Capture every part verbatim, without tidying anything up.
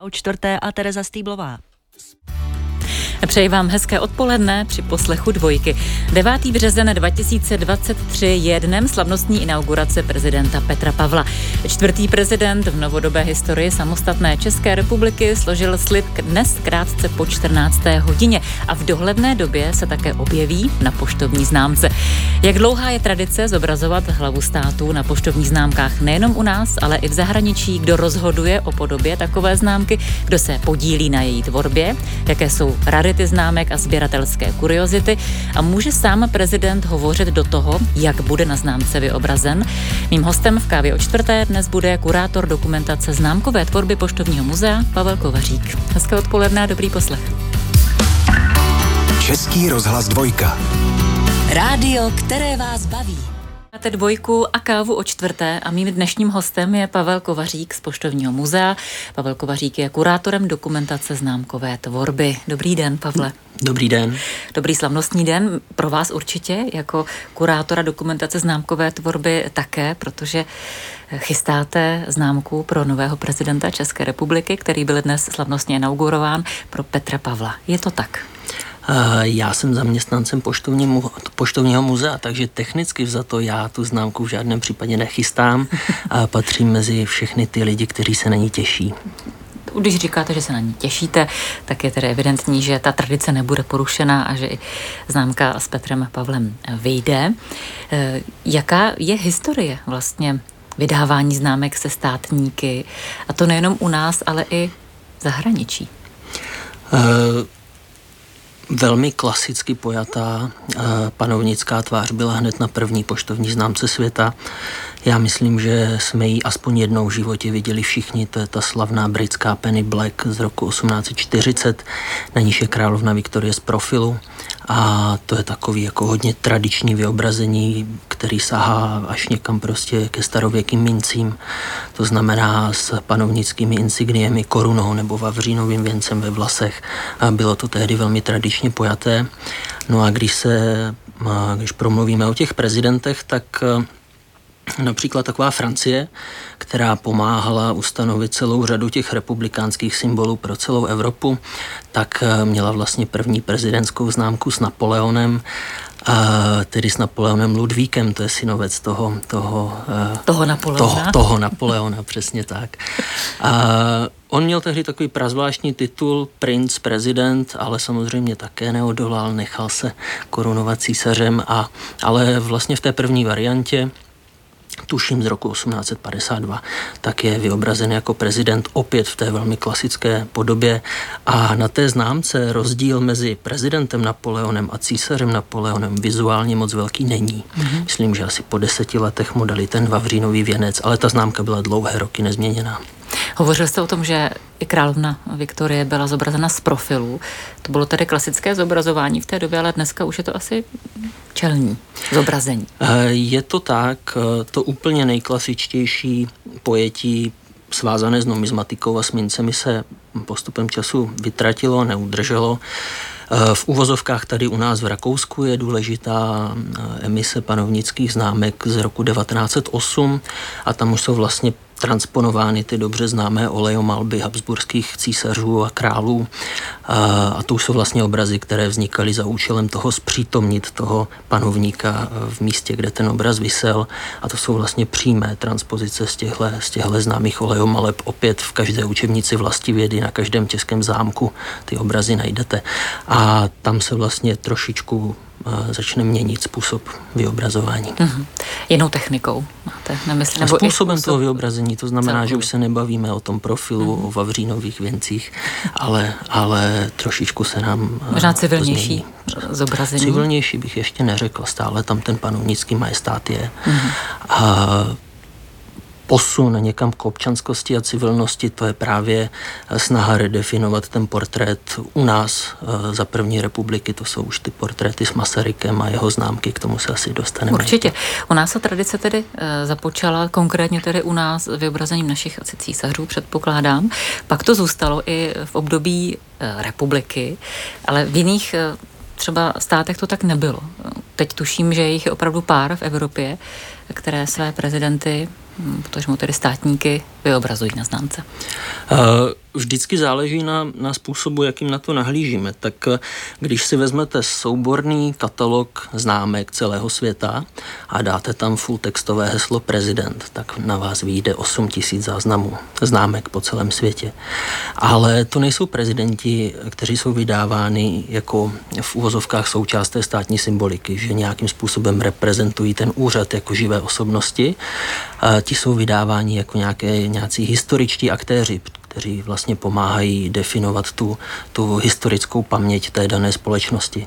O čtvrté a Tereza Stýblová. Přeji vám hezké odpoledne při poslechu Dvojky. devátý březen dva tisíce dvacet tři je dnem slavnostní inaugurace prezidenta Petra Pavla. Čtvrtý prezident v novodobé historii samostatné České republiky složil slib dnes krátce po čtrnácté hodině a v dohledné době se také objeví na poštovní známce. Jak dlouhá je tradice zobrazovat hlavu státu na poštovních známkách nejenom u nás, ale i v zahraničí, kdo rozhoduje o podobě takové známky, kdo se podílí na její tvorbě, jaké jsou rarity známek a sběratelské kuriozity a může sám prezident hovořit do toho, jak bude na známce vyobrazen. Mým hostem v Kávě o čtvrté dnes bude kurátor dokumentace známkové tvorby Poštovního muzea Pavel Kovařík. Hezké odpoledne a dobrý poslech. Český rozhlas Dvojka. Rádio, které vás baví. Máte Dvojku a Kávu o čtvrté a mým dnešním hostem je Pavel Kovařík z Poštovního muzea. Pavel Kovařík je kurátorem dokumentace známkové tvorby. Dobrý den, Pavle. Dobrý den. Dobrý slavnostní den pro vás určitě, jako kurátora dokumentace známkové tvorby také, protože chystáte známku pro nového prezidenta České republiky, který byl dnes slavnostně inaugurován, pro Petra Pavla. Je to tak? Já jsem zaměstnancem Poštovního muzea, takže technicky vzato já tu známku v žádném případě nechystám a patřím mezi všechny ty lidi, kteří se na ní těší. Když říkáte, že se na ní těšíte, tak je tedy evidentní, že ta tradice nebude porušena a že i známka s Petrem Pavlem vyjde. Jaká je historie vlastně vydávání známek se státníky? A to nejenom u nás, ale i v zahraničí. Uh... Velmi klasicky pojatá panovnická tvář byla hned na první poštovní známce světa. Já myslím, že jsme ji aspoň jednou v životě viděli všichni. To je ta slavná britská Penny Black z roku osmnáct set čtyřicet, na níž je královna Viktorie z profilu. A to je takový jako hodně tradiční vyobrazení, který sahá až někam prostě ke starověkým mincím. To znamená s panovnickými insigniemi, korunou nebo vavřínovým věncem ve vlasech. A bylo to tehdy velmi tradičně pojaté. No a když se, když promluvíme o těch prezidentech, tak například taková Francie, která pomáhala ustanovit celou řadu těch republikánských symbolů pro celou Evropu, tak měla vlastně první prezidentskou známku s Napoleonem, a tedy s Napoleonem Ludvíkem, to je synovec toho, toho, toho Napoleona. Toho, toho Napoleona, přesně tak. A on měl tehdy takový prazvláštní titul princ, prezident, ale samozřejmě také neodolal, nechal se korunovat císařem, a, ale vlastně v té první variantě, tuším z roku osmnáct set padesát dva, tak je vyobrazen jako prezident opět v té velmi klasické podobě a na té známce rozdíl mezi prezidentem Napoleonem a císařem Napoleonem vizuálně moc velký není. Mm-hmm. Myslím, že asi po deseti letech mu dali ten vavřínový věnec, ale ta známka byla dlouhé roky nezměněná. Hovořil jste o tom, že i královna Viktorie byla zobrazena z profilu. To bylo tedy klasické zobrazování v té době, ale dneska už je to asi čelní zobrazení. Je to tak, to úplně nejklasičtější pojetí svázané s numizmatikou a s mincemi se postupem času vytratilo, neudrželo. V uvozovkách tady u nás v Rakousku je důležitá emise panovnických známek z roku devatenáct set osm a tam už jsou vlastně transponovány ty dobře známé olejomalby habsburských císařů a králů. A, a to už jsou vlastně obrazy, které vznikaly za účelem toho zpřítomnit toho panovníka v místě, kde ten obraz visel. A to jsou vlastně přímé transpozice z těchto z těchto známých olejomaleb. Opět v každé učebnici vlastivědy, na každém českém zámku ty obrazy najdete. A tam se vlastně trošičku začne měnit způsob vyobrazování. Mm-hmm. Jinou technikou máte na mysli? Nebo způsobem způsob toho vyobrazení, to znamená, celkově. Že už se nebavíme o tom profilu, mm-hmm. o vavřínových věncích, ale, ale trošičku se nám možná civilnější zobrazení. Civilnější bych ještě neřekl, stále tam ten panovnický majestát je. Mm-hmm. A posun někam k občanskosti a civilnosti, to je právě snaha redefinovat ten portrét u nás za první republiky. To jsou už ty portréty s Masarykem a jeho známky, k tomu se asi dostaneme. Určitě. U nás se tradice tedy započala, konkrétně tedy u nás vyobrazením našich asi císařů, předpokládám. Pak to zůstalo i v období republiky, ale v jiných třeba státech to tak nebylo. Teď tuším, že jich je opravdu pár v Evropě, které své prezidenty, protože mu tedy státníky vyobrazují na známce? Vždycky záleží na, na způsobu, jakým na to nahlížíme. Tak když si vezmete souborný katalog známek celého světa a dáte tam full textové heslo prezident, tak na vás vyjde osm tisíc záznamů známek po celém světě. Ale to nejsou prezidenti, kteří jsou vydávány jako v uvozovkách součást té státní symboliky, že nějakým způsobem reprezentují ten úřad jako živé osobnosti. A ti jsou vydáváni jako nějaké, nějací historičtí aktéři, kteří vlastně pomáhají definovat tu, tu historickou paměť té dané společnosti.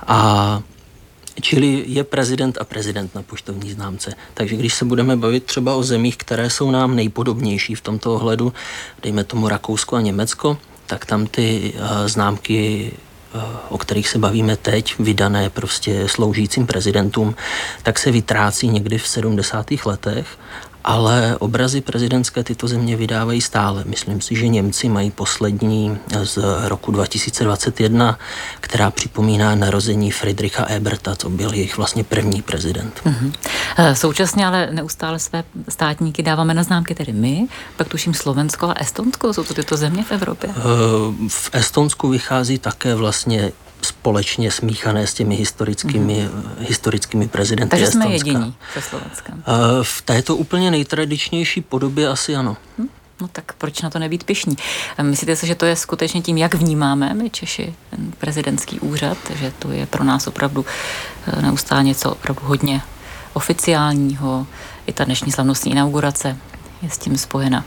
A čili je prezident a prezident na poštovní známce. Takže když se budeme bavit třeba o zemích, které jsou nám nejpodobnější v tomto ohledu, dejme tomu Rakousko a Německo, tak tam ty uh, známky, uh, o kterých se bavíme teď, vydané prostě sloužícím prezidentům, tak se vytrácí někdy v sedmdesátých letech, ale obrazy prezidentské tyto země vydávají stále. Myslím si, že Němci mají poslední z roku dva tisíce dvacet jedna, která připomíná narození Friedricha Eberta, to byl jejich vlastně první prezident. Mm-hmm. Současně ale neustále své státníky dáváme na známky tedy my, pak tuším Slovensko a Estonsko, jsou to tyto země v Evropě? V Estonsku vychází také vlastně společně smíchané s těmi historickými, mm. historickými prezidenty Takže Estonska. Takže jsme jediní se Slovenskem. V této úplně nejtradičnější podobě asi ano. Hm? No tak proč na to nebýt pyšní? Myslíte si, že to je skutečně tím, jak vnímáme my Češi ten prezidentský úřad, že to je pro nás opravdu neustále něco opravdu hodně oficiálního, i ta dnešní slavnostní inaugurace je s tím spojena?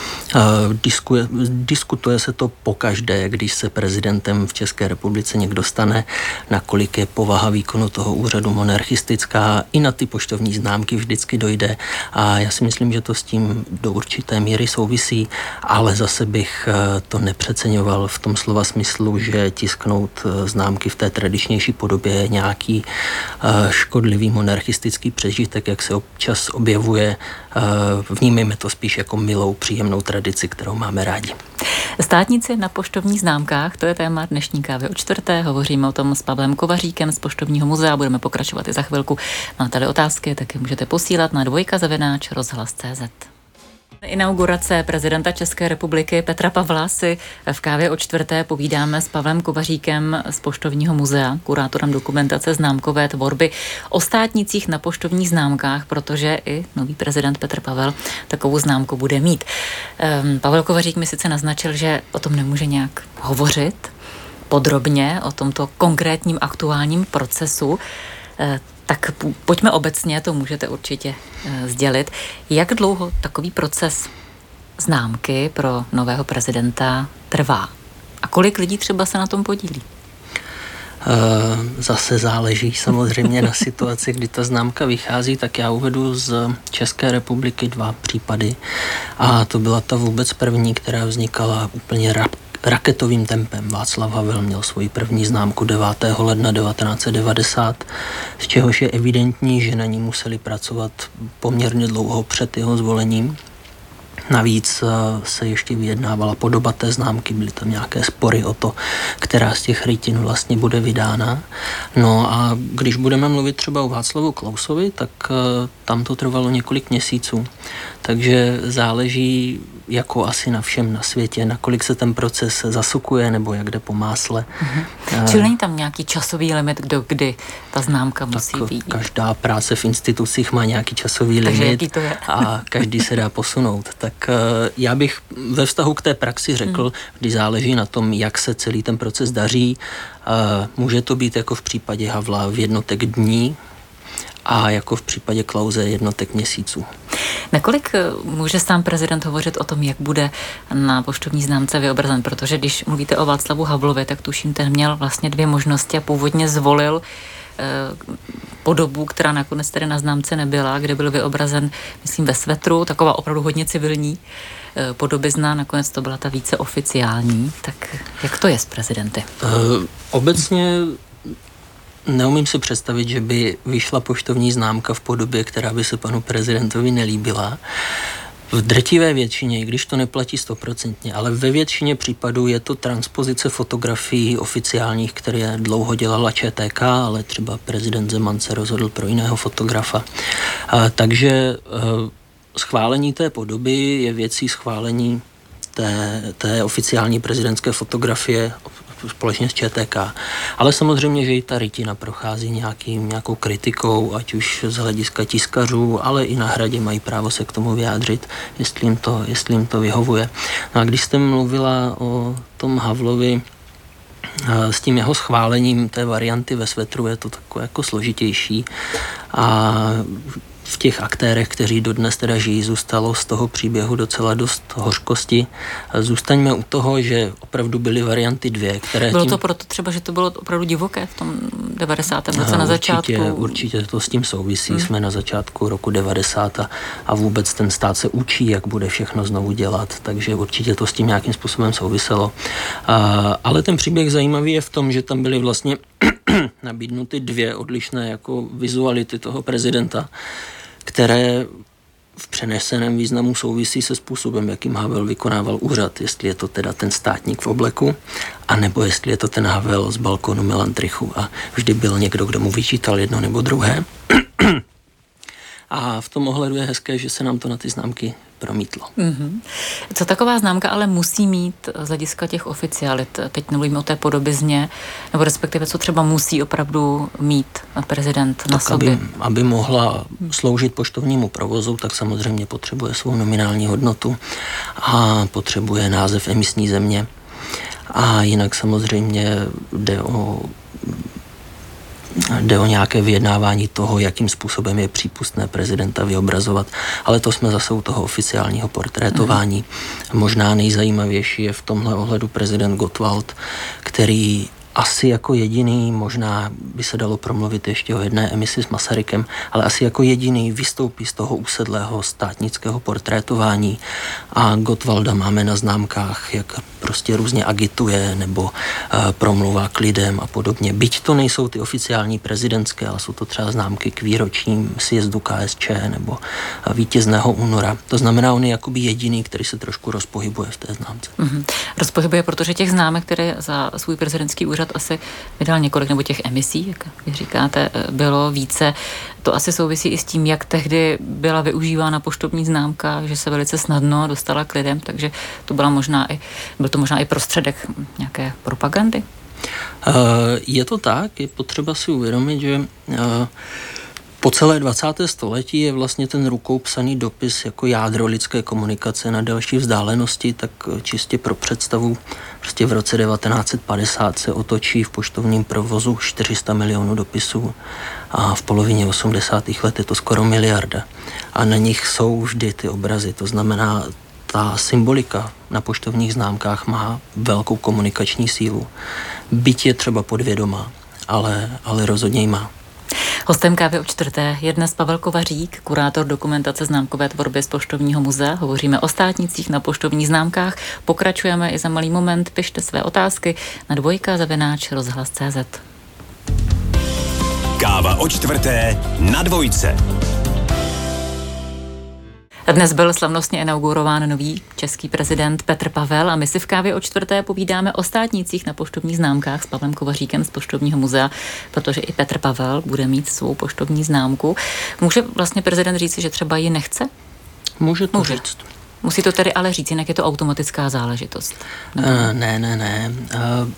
Diskuje, diskutuje se to pokaždé, když se prezidentem v České republice někdo stane, nakolik je povaha výkonu toho úřadu monarchistická. I na ty poštovní známky vždycky dojde a já si myslím, že to s tím do určité míry souvisí, ale zase bych to nepřeceňoval v tom slova smyslu, že tisknout známky v té tradičnější podobě je nějaký škodlivý monarchistický přežitek, jak se občas objevuje. Vnímejme to spíš jako milou, příjemnou tradici, kterou máme rádi. Státníci na poštovních známkách, to je téma dnešní kávy o čtvrté. Hovoříme o tom s Pavlem Kovaříkem z Poštovního muzea. Budeme pokračovat i za chvilku. Máte-li otázky, tak je můžete posílat na dvojka zavináč rozhlas tečka cé zet. Inaugurace prezidenta České republiky Petra Pavla si v kávě o čtvrté povídáme s Pavlem Kovaříkem z Poštovního muzea, kurátorem dokumentace známkové tvorby o státnicích na poštovních známkách, protože i nový prezident Petr Pavel takovou známku bude mít. Um, Pavel Kovařík mi sice naznačil, že o tom nemůže nějak hovořit podrobně, o tomto konkrétním aktuálním procesu. Uh, Tak pojďme obecně, to můžete určitě e, sdělit. Jak dlouho takový proces známky pro nového prezidenta trvá? A kolik lidí třeba se na tom podílí? E, zase záleží samozřejmě na situaci, kdy ta známka vychází, tak já uvedu z České republiky dva případy. A to byla ta vůbec první, která vznikala úplně rap. raketovým tempem. Václav Havel měl svoji první známku devátého ledna devatenáct set devadesát, z čehož je evidentní, že na ní museli pracovat poměrně dlouho před jeho zvolením. Navíc se ještě vyjednávala podoba té známky, byly tam nějaké spory o to, která z těch rytin vlastně bude vydána. No a když budeme mluvit třeba o Václavu Klausovi, tak tam to trvalo několik měsíců. Takže záleží jako asi na všem na světě, nakolik se ten proces zasukuje nebo jak jde po másle. Mhm. Čili není tam nějaký časový limit, do kdy ta známka musí tak být? Každá práce v institucích má nějaký časový Takže limit jaký to je? A každý se dá posunout. Tak já bych ve vztahu k té praxi řekl, hmm. kdy záleží na tom, jak se celý ten proces daří. Může to být jako v případě Havla v jednotek dní a jako v případě Klause jednotek měsíců. Nakolik může sám prezident hovořit o tom, jak bude na poštovní známce vyobrazen? Protože když mluvíte o Václavu Havlovi, tak tuším, ten měl vlastně dvě možnosti a původně zvolil eh, podobu, která nakonec tedy na známce nebyla, kde byl vyobrazen, myslím, ve svetru, taková opravdu hodně civilní eh, podobizna, nakonec to byla ta více oficiální. Tak jak to je s prezidenty? Uh, obecně neumím si představit, že by vyšla poštovní známka v podobě, která by se panu prezidentovi nelíbila. V drtivé většině, i když to neplatí stoprocentně, ale ve většině případů je to transpozice fotografií oficiálních, které dlouho dělala Č T K, ale třeba prezident Zeman se rozhodl pro jiného fotografa. A, takže schválení té podoby je věcí schválení té, té oficiální prezidentské fotografie společně s Č T K. Ale samozřejmě, že i ta rytina prochází nějakým, nějakou kritikou, ať už z hlediska tiskařů, ale i na Hradě mají právo se k tomu vyjádřit, jestli jim to, jestli jim to vyhovuje. No a když jste mluvila o tom Havlovi, s tím jeho schválením té varianty ve svetru je to takové jako složitější a v těch aktérech, kteří dodnes teda žijí, zůstalo z toho příběhu docela dost hořkosti. Zůstaňme u toho, že opravdu byly varianty dvě, které... Bylo tím... to proto třeba, že to bylo opravdu divoké v tom devadesátém roce Aha, na určitě, začátku? Určitě to s tím souvisí. Hmm. Jsme na začátku roku devadesát a, a vůbec ten stát se učí, jak bude všechno znovu dělat, takže určitě to s tím nějakým způsobem souviselo. A, ale ten příběh zajímavý je v tom, že tam byly vlastně nabídnuty dvě odlišné jako vizuality toho prezidenta, které v přeneseném významu souvisí se způsobem, jakým Havel vykonával úřad, jestli je to teda ten státník v obleku, anebo jestli je to ten Havel z balkonu Melantrichu. A vždy byl někdo, kdo mu vyčítal jedno nebo druhé. A v tom ohledu je hezké, že se nám to na ty známky promítlo. Mm-hmm. Co taková známka ale musí mít z hlediska těch oficialit? Teď nemluvíme o té podobizně, nebo respektive co třeba musí opravdu mít prezident na tak sobě? Aby, aby mohla sloužit poštovnímu provozu, tak samozřejmě potřebuje svou nominální hodnotu a potřebuje název emisní země. A jinak samozřejmě jde o Jde o nějaké vyjednávání toho, jakým způsobem je přípustné prezidenta vyobrazovat, ale to jsme zase u toho oficiálního portrétování. Mm. Možná nejzajímavější je v tomhle ohledu prezident Gottwald, který asi jako jediný, možná by se dalo promluvit ještě o jedné emisi s Masarykem, ale asi jako jediný vystoupí z toho usedlého státnického portrétování a Gottwalda máme na známkách, jak prostě různě agituje nebo uh, promluvá k lidem a podobně. Byť to nejsou ty oficiální prezidentské, ale jsou to třeba známky k výročním sjezdu K S Č nebo uh, vítězného února. To znamená, on je jakoby jediný, který se trošku rozpohybuje v té známce. Mm-hmm. Rozpohybuje, protože těch známek, které za svůj prezidentský úřad asi vydal několik, nebo těch emisí, jak vy říkáte, bylo více. To asi souvisí i s tím, jak tehdy byla využívána poštovní známka, že se velice snadno dostala k lidem, takže to byla možná i, byl to možná i prostředek nějaké propagandy. Je to tak, je potřeba si uvědomit, že po celé dvacáté století je vlastně ten rukou psaný dopis jako jádro lidské komunikace na delší vzdálenosti, tak čistě pro představu, prostě v roce devatenáct set padesát se otočí v poštovním provozu čtyři sta milionů dopisů a v polovině osmdesátých let je to skoro miliarda. A na nich jsou vždy ty obrazy, to znamená, ta symbolika na poštovních známkách má velkou komunikační sílu. Byť je třeba podvědomá, ale, ale rozhodně ji má. Hostem Kávy o čtvrté je dnes Pavel Kovařík, kurátor dokumentace známkové tvorby z Poštovního muzea. Hovoříme o státnicích na poštovních známkách. Pokračujeme i za malý moment. Pište své otázky na dvojka zavináč rozhlas tečka cé zet. Káva o čtvrté na dvojce. Dnes byl slavnostně inaugurován nový český prezident Petr Pavel a my si v Kávě o čtvrté povídáme o státnicích na poštovních známkách s Pavlem Kovaříkem z Poštovního muzea, protože i Petr Pavel bude mít svou poštovní známku. Může vlastně prezident říci, že třeba ji nechce? Může to Může. říct. Musí to tedy ale říct, jinak je to automatická záležitost. Uh, ne, ne, ne. Uh,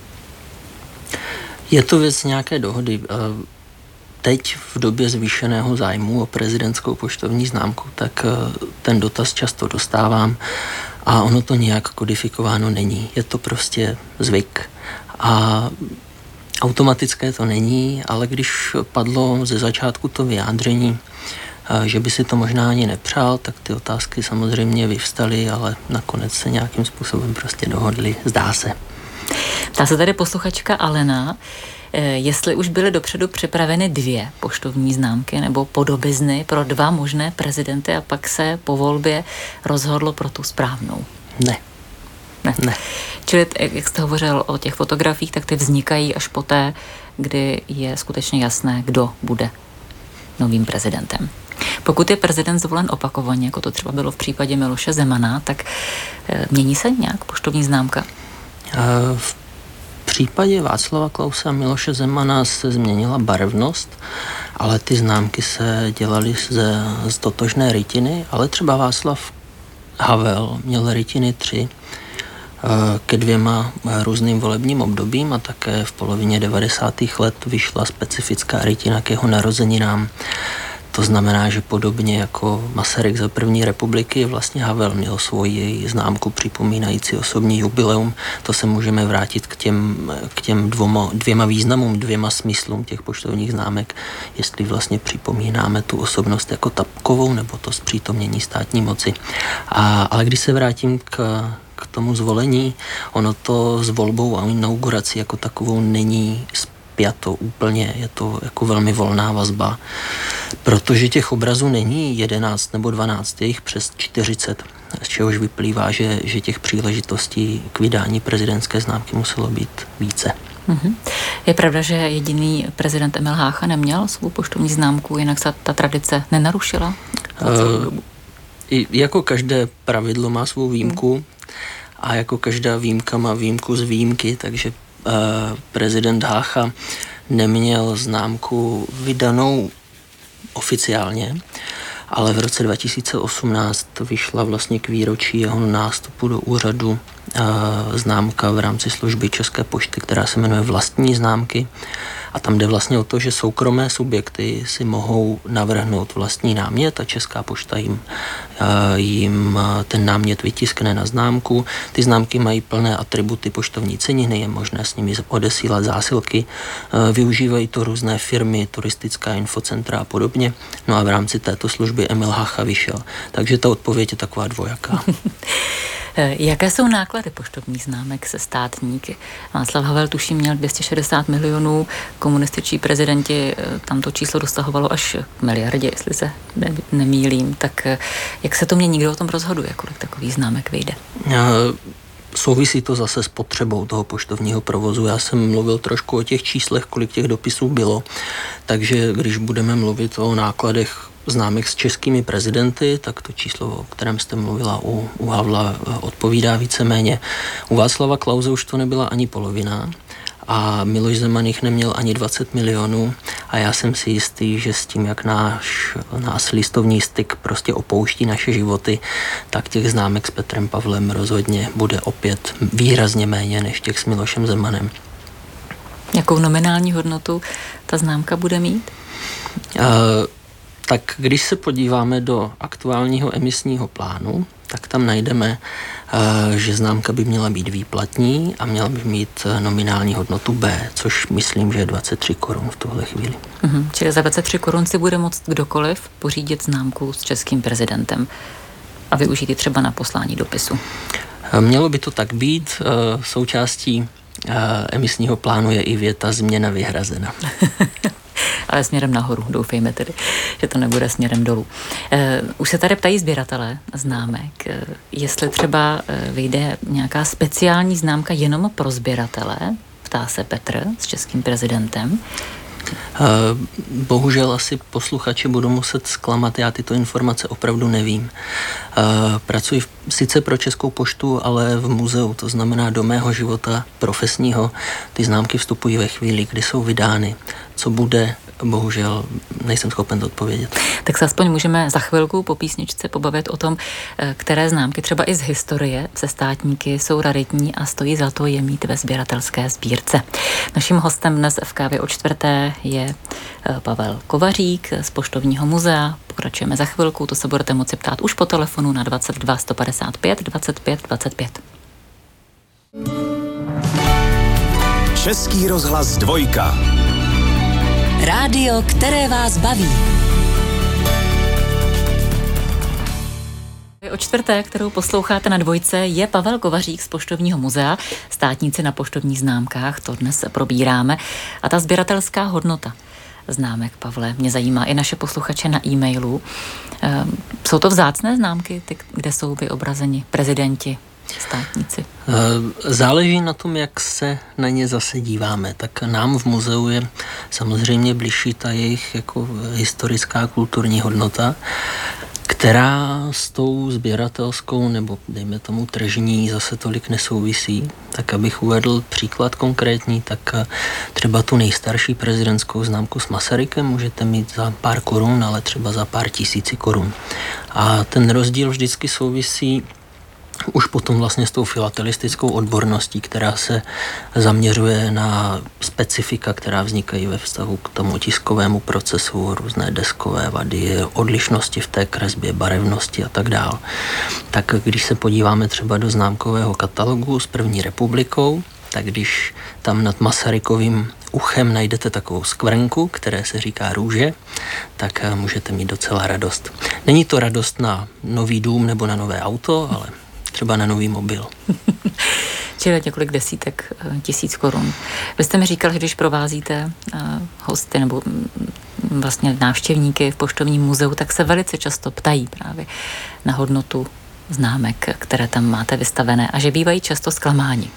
je to věc nějaké dohody. Uh, Teď v době zvýšeného zájmu o prezidentskou poštovní známku, tak ten dotaz často dostávám a ono to nějak kodifikováno není. Je to prostě zvyk a automatické to není, ale když padlo ze začátku to vyjádření, že by si to možná ani nepřál, tak ty otázky samozřejmě vyvstaly, ale nakonec se nějakým způsobem prostě dohodli, zdá se. Ptá se tady posluchačka Alena, jestli už byly dopředu připraveny dvě poštovní známky nebo podobizny pro dva možné prezidenty a pak se po volbě rozhodlo pro tu správnou. Ne. Ne. ne. Čili, jak jste hovořil o těch fotografiích, tak ty vznikají až poté, kdy je skutečně jasné, kdo bude novým prezidentem. Pokud je prezident zvolen opakovaně, jako to třeba bylo v případě Miloše Zemana, tak mění se nějak poštovní známka? Uh, v V případě Václava Klause a Miloše Zemana se změnila barevnost ale ty známky se dělaly ze, z totožné rytiny, ale třeba Václav Havel měl rytiny tři ke dvěma různým volebním obdobím a také v polovině devadesátých let vyšla specifická rytina k jeho narozeninám. To znamená, že podobně jako Masaryk za první republiky, vlastně Havel měl svoji známku připomínající osobní jubileum. To se můžeme vrátit k těm, k těm dvoma, dvěma významům, dvěma smyslům těch poštovních známek, jestli vlastně připomínáme tu osobnost jako takovou, nebo to zpřítomnění státní moci. A, ale když se vrátím k k tomu zvolení, ono to s volbou a inaugurací jako takovou není spjato úplně, je to jako velmi volná vazba, protože těch obrazů není jedenáct nebo dvanáct, je jich přes čtyřicet, z čehož vyplývá, že, že těch příležitostí k vydání prezidentské známky muselo být více. Mm-hmm. Je pravda, že jediný prezident Emil Hácha neměl svou poštovní známku, jinak se ta tradice nenarušila? Uh, i, jako každé pravidlo má svou výjimku, mm. A jako každá výjimka má výjimku z výjimky, takže uh, prezident Hácha neměl známku vydanou oficiálně, ale v roce dva tisíce osmnáct vyšla vlastně k výročí jeho nástupu do úřadu uh, známka v rámci služby České pošty, která se jmenuje Vlastní známky. A tam jde vlastně o to, že soukromé subjekty si mohou navrhnout vlastní námět a Česká pošta jim, jim ten námět vytiskne na známku. Ty známky mají plné atributy poštovní ceniny, je možné s nimi odesílat zásilky, využívají to různé firmy, turistická infocentra a podobně. No a v rámci této služby Emil Hácha vyšel. Takže ta odpověď je taková dvojaká. Jaké jsou náklady poštovních známek se státníky? Václav Havel tuším měl dvě stě šedesát milionů, komunističtí prezidenti, tam to číslo dosahovalo až k miliardě, jestli se ne, nemýlím. Tak jak se to mění, kdo o tom rozhoduje, kolik takových známek vyjde? Souvisí to zase s potřebou toho poštovního provozu. Já jsem mluvil trošku o těch číslech, kolik těch dopisů bylo, takže když budeme mluvit o nákladech známek s českými prezidenty, tak to číslo, o kterém jste mluvila u, u Havla, odpovídá víceméně. U Václava Klause už to nebyla ani polovina a Miloš Zeman jich neměl ani dvacet milionů a já jsem si jistý, že s tím, jak náš, náš listovní styk prostě opouští naše životy, tak těch známek s Petrem Pavlem rozhodně bude opět výrazně méně než těch s Milošem Zemanem. Jakou nominální hodnotu ta známka bude mít? Uh, Tak když se podíváme do aktuálního emisního plánu, tak tam najdeme, že známka by měla být výplatní a měla by mít nominální hodnotu B, což myslím, že je dvacet tři korun v tuhle chvíli. Mhm, čili za dvacet tři korun si bude moct kdokoliv pořídit známku s českým prezidentem a využít ji třeba na poslání dopisu. Mělo by to tak být. Součástí emisního plánu je i věta změna vyhrazena. Ale směrem nahoru, doufejme tedy, že to nebude směrem dolů. E, už se tady ptají sběratelé známek, e, jestli třeba e, vyjde nějaká speciální známka jenom pro sběratele, ptá se Petr s českým prezidentem. Bohužel asi posluchači budou muset zklamat, já tyto informace opravdu nevím. Pracuji sice pro Českou poštu, ale v muzeu, to znamená do mého života profesního, ty známky vstupují ve chvíli, kdy jsou vydány. Co bude, bohužel nejsem schopen to odpovědět. Tak se aspoň můžeme za chvilku po písničce pobavit o tom, které známky třeba i z historie se státníky jsou raritní a stojí za to je mít ve sběratelské sbírce. Naším hostem dnes v Kávě o čtvrté je Pavel Kovařík z Poštovního muzea. Pokračujeme za chvilku, to se budete moci ptát už po telefonu na dvacet dva sto padesát pět dvacet pět dvacet pět. Český rozhlas dvojka. Rádio, které vás baví. O čtvrté, kterou posloucháte na dvojce, je Pavel Kovařík z Poštovního muzea. Státníci na poštovních známkách, to dnes probíráme. A ta sběratelská hodnota známek, Pavle, mě zajímá i naše posluchače na e-mailu. Ehm, jsou to vzácné známky, ty, kde jsou vyobrazeni prezidenti, státníci? Záleží na tom, jak se na ně zase díváme. Tak nám v muzeu je samozřejmě bližší ta jejich jako historická kulturní hodnota. která s tou sběratelskou nebo dejme tomu tržní zase tolik nesouvisí. Tak abych uvedl příklad konkrétní, tak třeba tu nejstarší prezidentskou známku s Masarykem můžete mít za pár korun, ale třeba za pár tisíci korun. A ten rozdíl vždycky souvisí už potom vlastně s tou filatelistickou odborností, která se zaměřuje na specifika, která vznikají ve vztahu k tomu tiskovému procesu, různé deskové vady, odlišnosti v té kresbě, barevnosti a tak dále. Tak když se podíváme třeba do známkového katalogu s první republikou, tak když tam nad Masarykovým uchem najdete takovou skvrnku, které se říká růže, tak můžete mít docela radost. Není to radost na nový dům nebo na nové auto, ale třeba na nový mobil. Čili několik desítek tisíc korun. Vy jste mi říkal, že když provázíte hosty nebo vlastně návštěvníky v Poštovním muzeu, tak se velice často ptají právě na hodnotu známek, které tam máte vystavené a že bývají často zklamáni.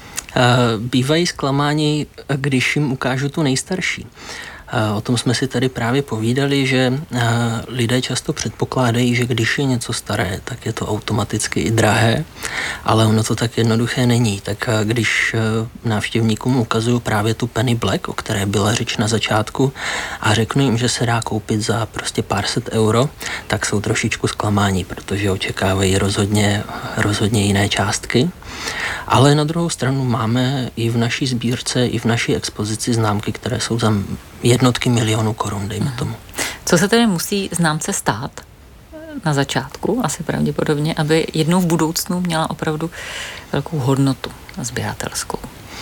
Bývají zklamáni, když jim ukážu tu nejstarší. O tom jsme si tady právě povídali, že lidé často předpokládají, že když je něco staré, tak je to automaticky i drahé, ale ono to tak jednoduché není. Tak když návštěvníkům ukazuju právě tu Penny Black, o které byla řeč na začátku, a řeknu jim, že se dá koupit za prostě pár set euro, tak jsou trošičku zklamáni, protože očekávají rozhodně, rozhodně jiné částky. Ale na druhou stranu máme i v naší sbírce, i v naší expozici známky, které jsou za jednotky milionů korun, dejme tomu. Co se tedy musí známce stát na začátku, asi pravděpodobně, aby jednou v budoucnu měla opravdu velkou hodnotu sběratelskou?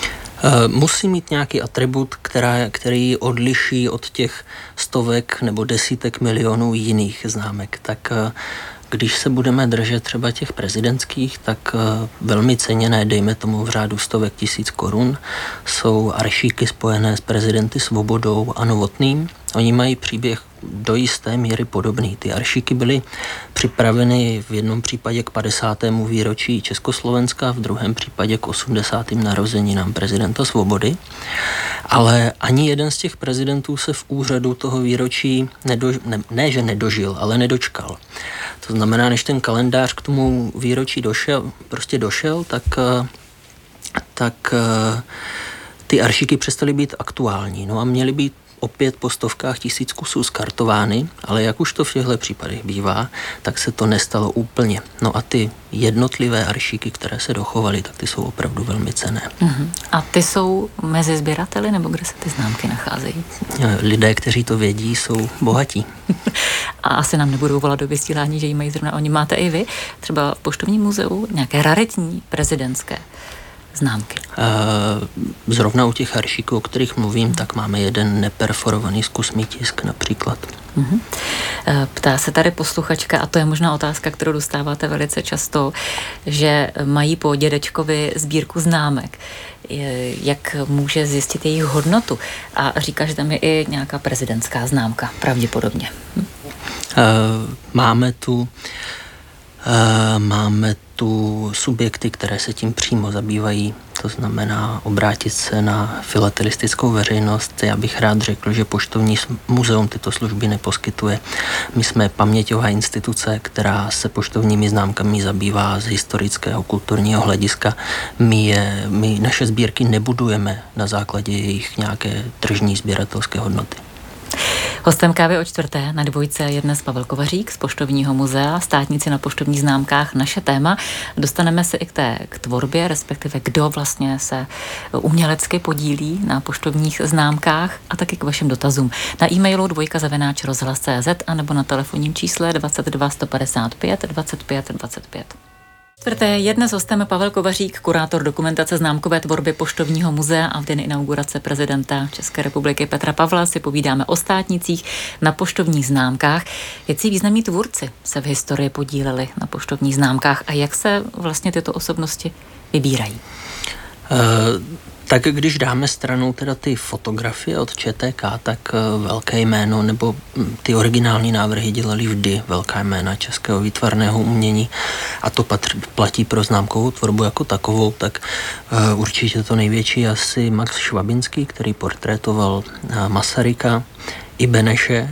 Musí mít nějaký atribut, která, který ji odliší od těch stovek nebo desítek milionů jiných známek. Tak když se budeme držet třeba těch prezidentských, tak velmi ceněné, dejme tomu v řádu stovek tisíc korun, jsou aršíky spojené s prezidenty Svobodou a Novotným. Oni mají příběh do jisté míry podobný. Ty aršíky byly připraveny v jednom případě k padesátému výročí Československa, v druhém případě k osmdesátým narozeninám prezidenta Svobody. Ale ani jeden z těch prezidentů se v úřadu toho výročí nedož, ne, ne, že nedožil, ale nedočkal. To znamená, než ten kalendář k tomu výročí došel, prostě došel, tak, tak ty aršíky přestaly být aktuální. No a měly být opět po stovkách tisíc kusů skartovány, ale jak už to v těchto případech bývá, tak se to nestalo úplně. No a ty jednotlivé aršíky, které se dochovaly, tak ty jsou opravdu velmi cenné. Uh-huh. A ty jsou mezi sběrateli, nebo kde se ty známky nacházejí? Lidé, kteří to vědí, jsou bohatí. A asi nám nebudou volat do vysílání, že jí mají zrovna oni. Máte i vy, třeba v Poštovním muzeu, nějaké raritní prezidentské známky? Zrovna u těch aršíků, o kterých mluvím, tak máme jeden neperforovaný zkusný tisk například. Uh-huh. Ptá se tady posluchačka, a to je možná otázka, kterou dostáváte velice často, že mají po dědečkovi sbírku známek. Jak může zjistit jejich hodnotu? A říká, že tam je i nějaká prezidentská známka, pravděpodobně. Hm? Máme tu Máme tu subjekty, které se tím přímo zabývají, to znamená obrátit se na filatelistickou veřejnost. Já bych rád řekl, že Poštovní muzeum tyto služby neposkytuje. My jsme paměťová instituce, která se poštovními známkami zabývá z historického, kulturního hlediska. My, je, my naše sbírky nebudujeme na základě jejich nějaké tržní sběratelské hodnoty. Hostem Kávy o čtvrté na dvojce je dnes Pavel Kovařík z Poštovního muzea, státníci na poštovních známkách. Naše téma. Dostaneme se i k té k tvorbě, respektive kdo vlastně se umělecky podílí na poštovních známkách a taky k vašim dotazům. Na e-mailu dvojka zavináč rozhlas tečka cé zet a nebo na telefonním čísle dvacet dva sto padesát pět dvacet pět dvacet pět. Čtvrté je dnes hostem Pavel Kovařík, kurátor dokumentace známkové tvorby Poštovního muzea, a v den inaugurace prezidenta České republiky Petra Pavla si povídáme o státnicích na poštovních známkách. Jací významní tvůrci se v historii podíleli na poštovních známkách a jak se vlastně tyto osobnosti vybírají? Uh... Tak když dáme stranou teda ty fotografie od ČTK, tak velké jméno, nebo ty originální návrhy dělali vždy velká jména českého výtvarného umění a to patr, platí pro známkovou tvorbu jako takovou, tak uh, určitě to největší asi Max Švabinský, který portrétoval uh, Masaryka i Beneše,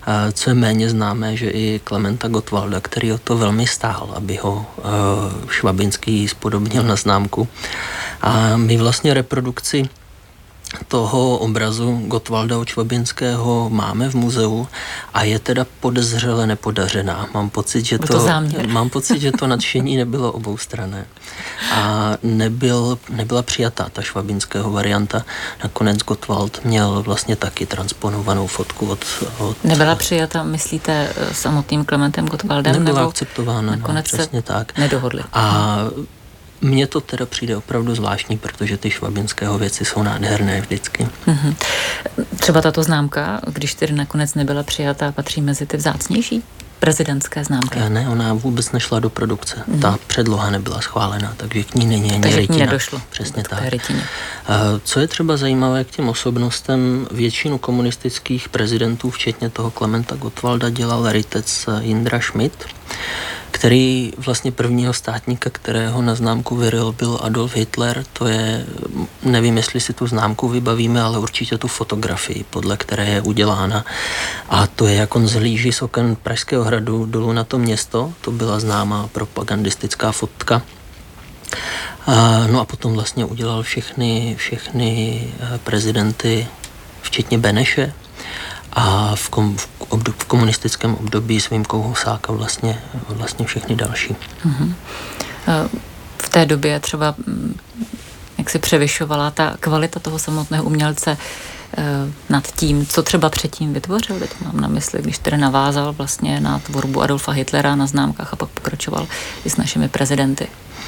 Co je méně známé, že i Klementa Gottwalda, který o to velmi stál, aby ho Švabinský spodobnil na známku. A my vlastně reprodukci toho obrazu Gottwalda od Švabinského máme v muzeu a je teda podezřele nepodařená. Mám pocit, že to, to mám pocit, že to nadšení nebylo oboustranné. A nebyl, nebyla přijatá ta Švabinského varianta. Nakonec Gottwald měl vlastně taky transponovanou fotku od... od nebyla přijata, myslíte, samotným Klementem Gottwaldem? Nebyla nebo akceptována, nakonec no, přesně se tak. Nedohodli. A mně to teda přijde opravdu zvláštní, protože ty Švabinského věci jsou nádherné vždycky. Mm-hmm. Třeba tato známka, když tedy nakonec nebyla přijatá, patří mezi ty vzácnější prezidentské známky? Ne, ona vůbec nešla do produkce. Mm. Ta předloha nebyla schválena, takže k ní není ani takže rytina. Takže nedošlo. Přesně tak. Rytině. Co je třeba zajímavé k těm osobnostem, většinu komunistických prezidentů, včetně toho Klementa Gottwalda, dělal rytec Jindra Schmidt, který vlastně prvního státníka, kterého na známku vyryl, byl Adolf Hitler. To je, nevím, jestli si tu známku vybavíme, ale určitě tu fotografii, podle které je udělána. A to je, jak on zhlíží z oken Pražského hradu dolů na to město. To byla známá propagandistická fotka. A, no a potom vlastně udělal všechny, všechny prezidenty, včetně Beneše. A v, kom, v, obdob, v komunistickém období s výjimkou Husáka vlastně, vlastně všechny další. Mm-hmm. V té době třeba jak si převyšovala ta kvalita toho samotného umělce nad tím, co třeba předtím vytvořil. Teď mám na mysli, když tedy navázal vlastně na tvorbu Adolfa Hitlera na známkách a pak pokračoval i s našimi prezidenty.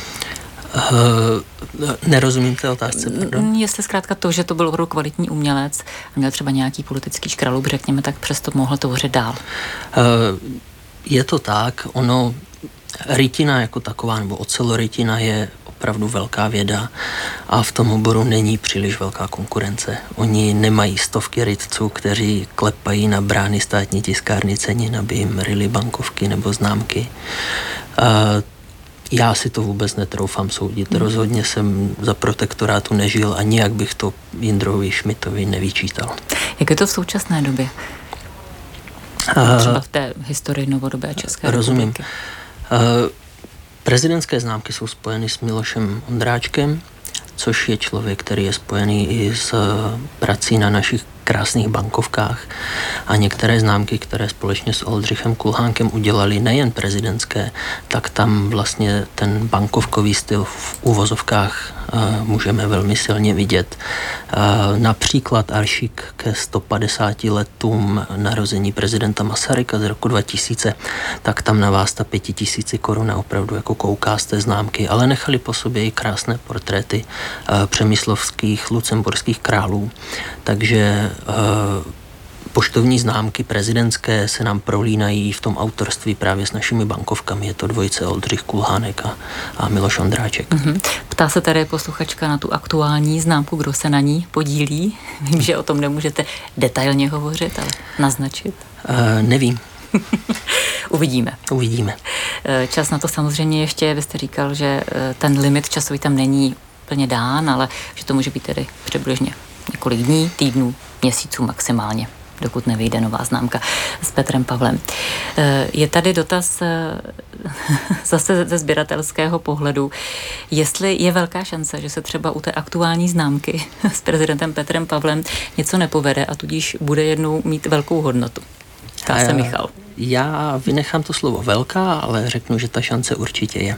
Uh, nerozumím té otázce, pardon. Jestli zkrátka to, že to byl opravdu kvalitní umělec a měl třeba nějaký politický škralub, řekněme, tak přesto mohl tvořit dál. Uh, je to tak, ono, rytina jako taková, nebo ocelorytina je opravdu velká věda a v tom oboru není příliš velká konkurence. Oni nemají stovky rytců, kteří klepají na brány státní tiskárny cenin, aby jim ryli bankovky nebo známky. Uh, Já si to vůbec netroufám soudit. Rozhodně jsem za protektorátu nežil a nijak bych to Jindrovi Schmidtovi nevyčítal. Jak je to v současné době? Třeba v té historii novodobé České Rozumím. republiky. Uh, prezidentské známky jsou spojeny s Milošem Ondráčkem, což je člověk, který je spojený i s prací na našich krásných bankovkách a některé známky, které společně s Oldřichem Kulhánkem udělali nejen prezidentské, tak tam vlastně ten bankovkový styl v uvozovkách uh, můžeme velmi silně vidět. Uh, například aršík ke sto padesáti letům narození prezidenta Masaryka z roku dva tisíce, tak tam na vás ta pětitisíci koruna opravdu jako kouká z té známky, ale nechali po sobě i krásné portréty uh, přemyslovských, lucemburských králů. Takže uh, poštovní známky prezidentské se nám prolínají v tom autorství právě s našimi bankovkami. Je to dvojice Oldřich Kulhánek a, a Miloš Ondráček. Mm-hmm. Ptá se tady posluchačka na tu aktuální známku, kdo se na ní podílí. Vím, že o tom nemůžete detailně hovořit, ale naznačit. Uh, nevím. Uvidíme. Uvidíme. Čas na to samozřejmě ještě, vy jste říkal, že ten limit časový tam není plně dán, ale že to může být tedy přibližně několik dní, týdnů, měsíců maximálně, dokud nevyjde nová známka s Petrem Pavlem. Je tady dotaz zase ze sběratelského pohledu, jestli je velká šance, že se třeba u té aktuální známky s prezidentem Petrem Pavlem něco nepovede a tudíž bude jednou mít velkou hodnotu. Ptá se Michal. Já vynechám to slovo velká, ale řeknu, že ta šance určitě je.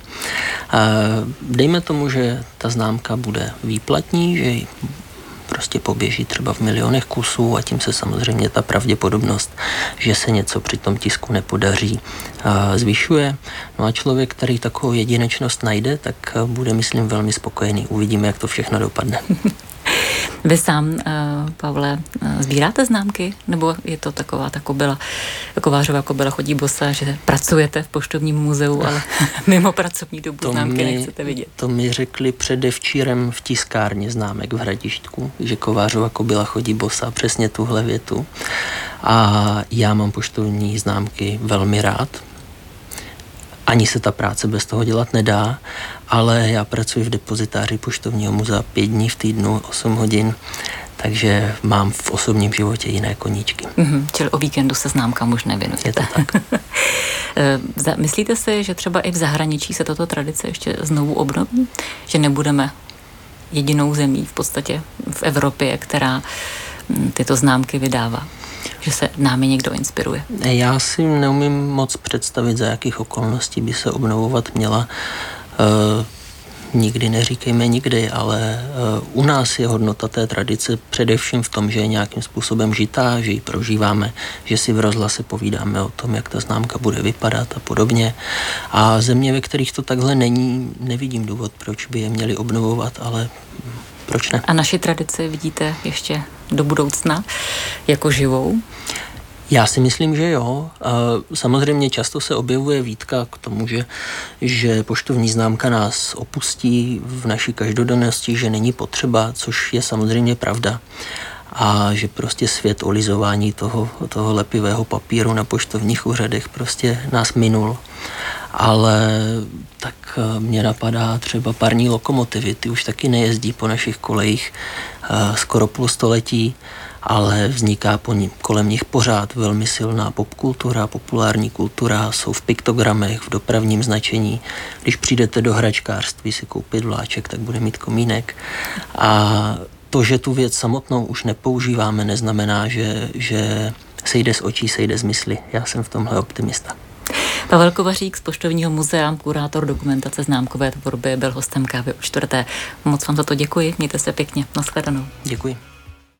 Dejme tomu, že ta známka bude výplatní, že prostě poběží třeba v milionech kusů a tím se samozřejmě ta pravděpodobnost, že se něco při tom tisku nepodaří, zvyšuje. No a člověk, který takovou jedinečnost najde, tak bude, myslím, velmi spokojený. Uvidíme, jak to všechno dopadne. Vy sám, Pavle, sbíráte známky? Nebo je to taková ta kobila, kovářová kobila chodí bosa, že pracujete v poštovním muzeu, ale mimo pracovní dobu to známky mi, nechcete vidět? To mi řekli předevčírem v tiskárně známek v Hradištku, že kovářová kobila chodí bosa, přesně tuhle větu. A já mám poštovní známky velmi rád. Ani se ta práce bez toho dělat nedá, ale já pracuji v depozitáři poštovního muzea pět dní v týdnu, osm hodin, takže mám v osobním životě jiné koníčky. Mm-hmm, čili o víkendu se známkám už nevěnujete. Je to tak. Myslíte si, že třeba i v zahraničí se tato tradice ještě znovu obnoví? Že nebudeme jedinou zemí v podstatě v Evropě, která tyto známky vydává? Že se námi někdo inspiruje? Já si neumím moc představit, za jakých okolností by se obnovovat měla. E, nikdy neříkejme nikdy, ale e, u nás je hodnota té tradice především v tom, že je nějakým způsobem žitá, že ji prožíváme, že si v rozhlase povídáme o tom, jak ta známka bude vypadat a podobně. A země, ve kterých to takhle není, nevidím důvod, proč by je měli obnovovat, ale proč ne? A naši tradici vidíte ještě do budoucna jako živou? Já si myslím, že jo. Samozřejmě často se objevuje výtka k tomu, že, že poštovní známka nás opustí v naší každodennosti, že není potřeba, což je samozřejmě pravda. A že prostě svět olizování toho, toho lepivého papíru na poštovních úřadech prostě nás minul. Ale tak mě napadá třeba parní lokomotivy, ty už taky nejezdí po našich kolejích skoro půl století, ale vzniká po ní, kolem nich pořád velmi silná popkultura, populární kultura, jsou v piktogramech, v dopravním značení. Když přijdete do hračkářství si koupit vláček, tak bude mít komínek. A to, že tu věc samotnou už nepoužíváme, neznamená, že, že sejde z očí, sejde z mysli. Já jsem v tomhle optimista. Pavel Kovařík z Poštovního muzea, kurátor dokumentace známkové tvorby, byl hostem Kávy o čtvrté. Moc vám za to děkuji, mějte se pěkně, nashledanou. Děkuji.